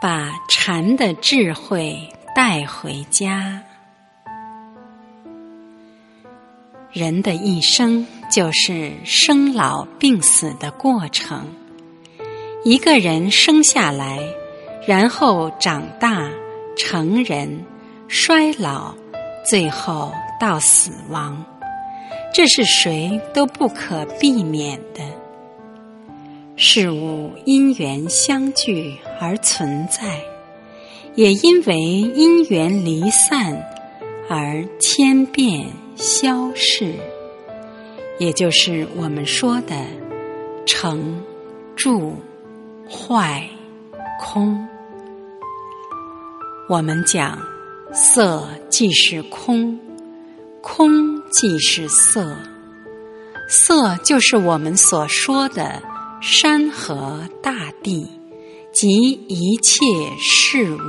把禅的智慧带回家。人的一生就是生老病死的过程。一个人生下来，然后长大、成人、衰老，最后到死亡，这是谁都不可避免的。事物因缘相聚而存在，也因为因缘离散而千变消逝，也就是我们说的成、住、坏、空。我们讲色即是空，空即是色，色就是我们所说的山河大地及一切事物。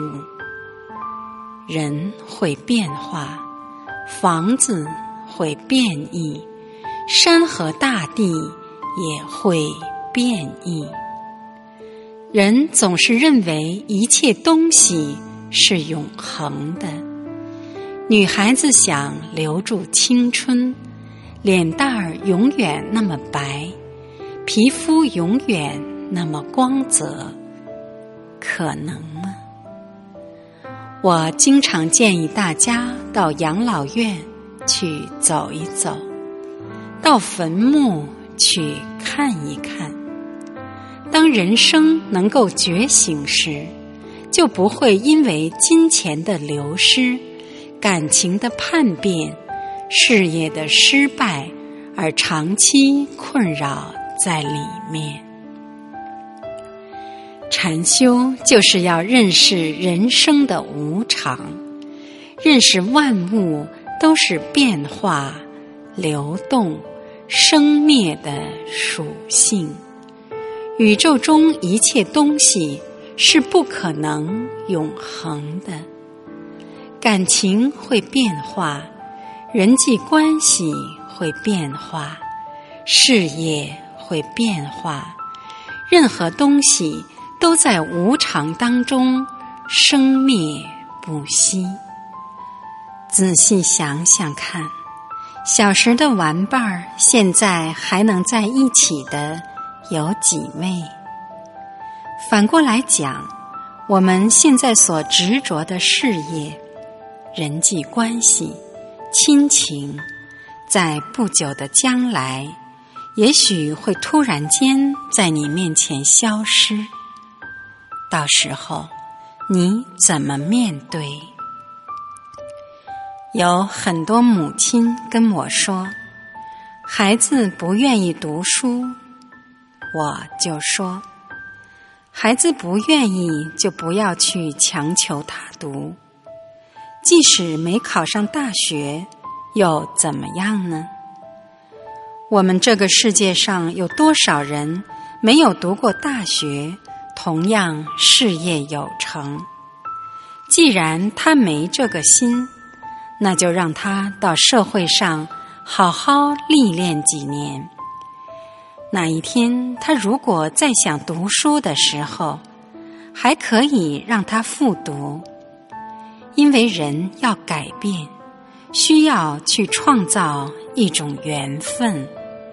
人会变化，房子会变异，山河大地也会变异。人总是认为一切东西是永恒的。女孩子想留住青春，脸蛋儿永远那么白，皮肤永远那么光泽，可能吗？我经常建议大家到养老院去走一走，到坟墓去看一看。当人生能够觉醒时，就不会因为金钱的流失、感情的叛变、事业的失败而长期困扰在里面。禅修就是要认识人生的无常，认识万物都是变化、流动、生灭的属性。宇宙中一切东西是不可能永恒的，感情会变化，人际关系会变化，事业会变化，任何东西都在无常当中生灭不息。仔细想想看，小时的玩伴儿现在还能在一起的有几位？反过来讲，我们现在所执着的事业、人际关系、亲情，在不久的将来，也许会突然间在你面前消失。到时候，你怎么面对？有很多母亲跟我说，孩子不愿意读书，我就说，孩子不愿意就不要去强求他读，即使没考上大学，又怎么样呢？我们这个世界上有多少人没有读过大学，同样事业有成？既然他没这个心，那就让他到社会上好好历练几年。哪一天他如果再想读书的时候，还可以让他复读。因为人要改变，需要去创造一种缘分。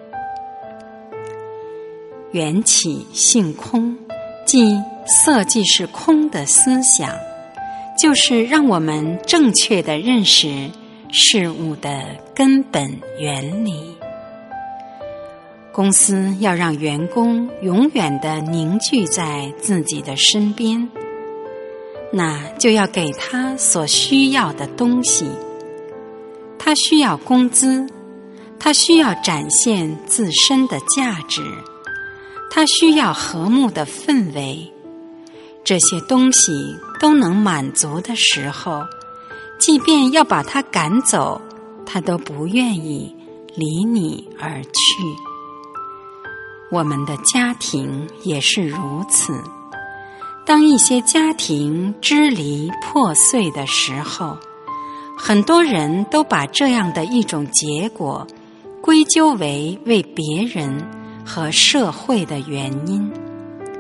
缘起性空，即色即是空的思想，就是让我们正确地认识事物的根本原理。公司要让员工永远地凝聚在自己的身边，那就要给他所需要的东西。他需要工资，他需要展现自身的价值，他需要和睦的氛围。这些东西都能满足的时候，即便要把他赶走，他都不愿意离你而去。我们的家庭也是如此。当一些家庭支离破碎的时候，很多人都把这样的一种结果归咎为别人和社会的原因。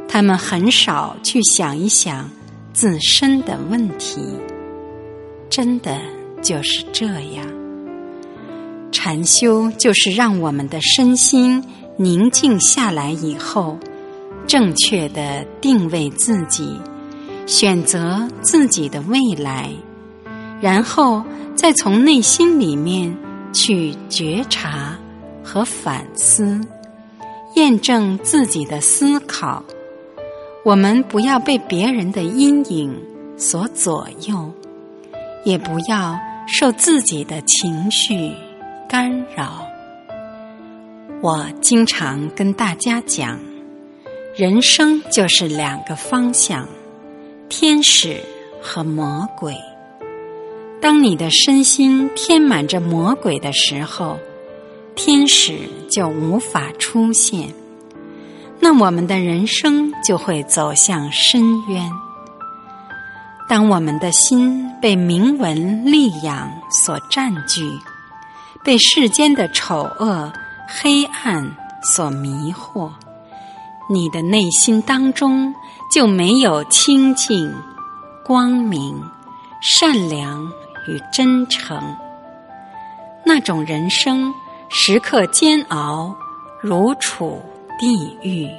他们很少去想一想自身的问题。真的就是这样。禅修就是让我们的身心宁静下来以后，正确地定位自己，选择自己的未来，然后再从内心里面去觉察和反思，验证自己的思考。我们不要被别人的阴影所左右，也不要受自己的情绪干扰。我经常跟大家讲，人生就是两个方向，天使和魔鬼。当你的身心填满着魔鬼的时候，天使就无法出现，那我们的人生就会走向深渊。当我们的心被名闻利养所占据，被世间的丑恶、黑暗所迷惑，你的内心当中就没有清净、光明、善良与真诚。那种人生时刻煎熬，如处地狱。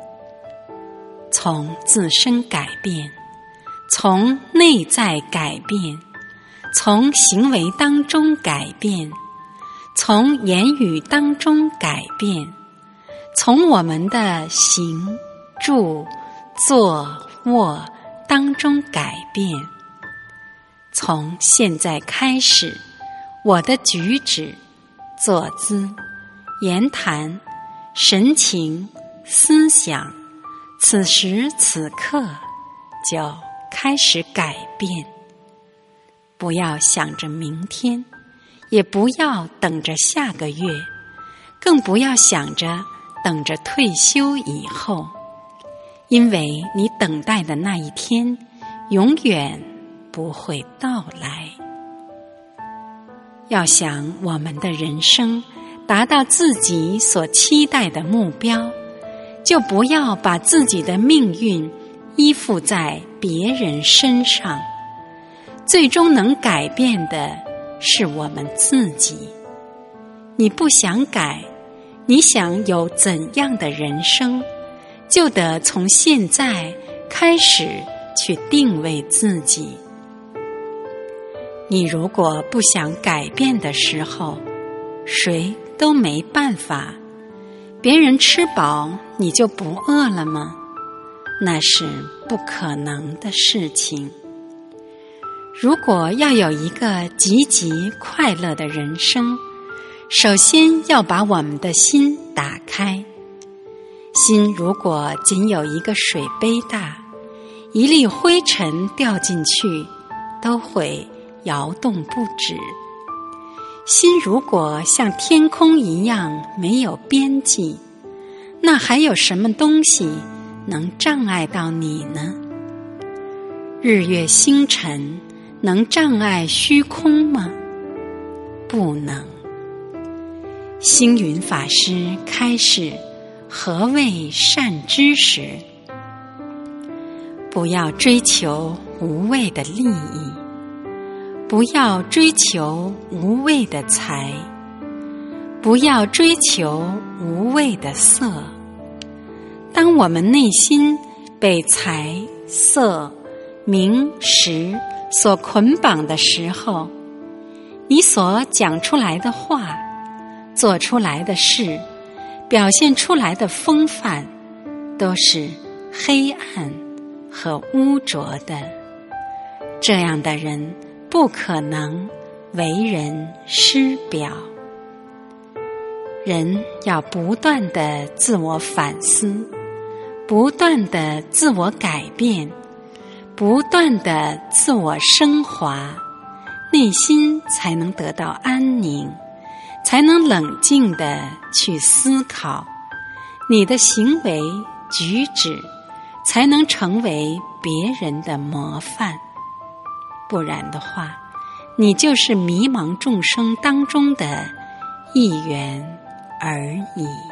从自身改变，从内在改变，从行为当中改变，从言语当中改变，从我们的行、住、坐、卧当中改变。从现在开始，我的举止、坐姿、言谈、神情、思想，此时此刻就开始改变。不要想着明天，也不要等着下个月，更不要想着等着退休以后，因为你等待的那一天永远不会到来。要想我们的人生达到自己所期待的目标，就不要把自己的命运依附在别人身上，最终能改变的是我们自己。你不想改，你想有怎样的人生，就得从现在开始去定位自己。你如果不想改变的时候，谁都没办法。别人吃饱，你就不饿了吗？那是不可能的事情。如果要有一个积极快乐的人生，首先要把我们的心打开。心如果仅有一个水杯大，一粒灰尘掉进去都会摇动不止。心如果像天空一样没有边际，那还有什么东西能障碍到你呢？日月星辰能障碍虚空吗？不能。星云法师开示何谓善知识，不要追求无谓的利益，不要追求无谓的财，不要追求无谓的色。当我们内心被财、色、名、食所捆绑的时候，你所讲出来的话、做出来的事、表现出来的风范，都是黑暗和污浊的。这样的人不可能为人师表。人要不断地自我反思，不断地自我改变，不断地自我升华，内心才能得到安宁，才能冷静地去思考，你的行为举止才能成为别人的模范。不然的话，你就是迷茫众生当中的一员而已。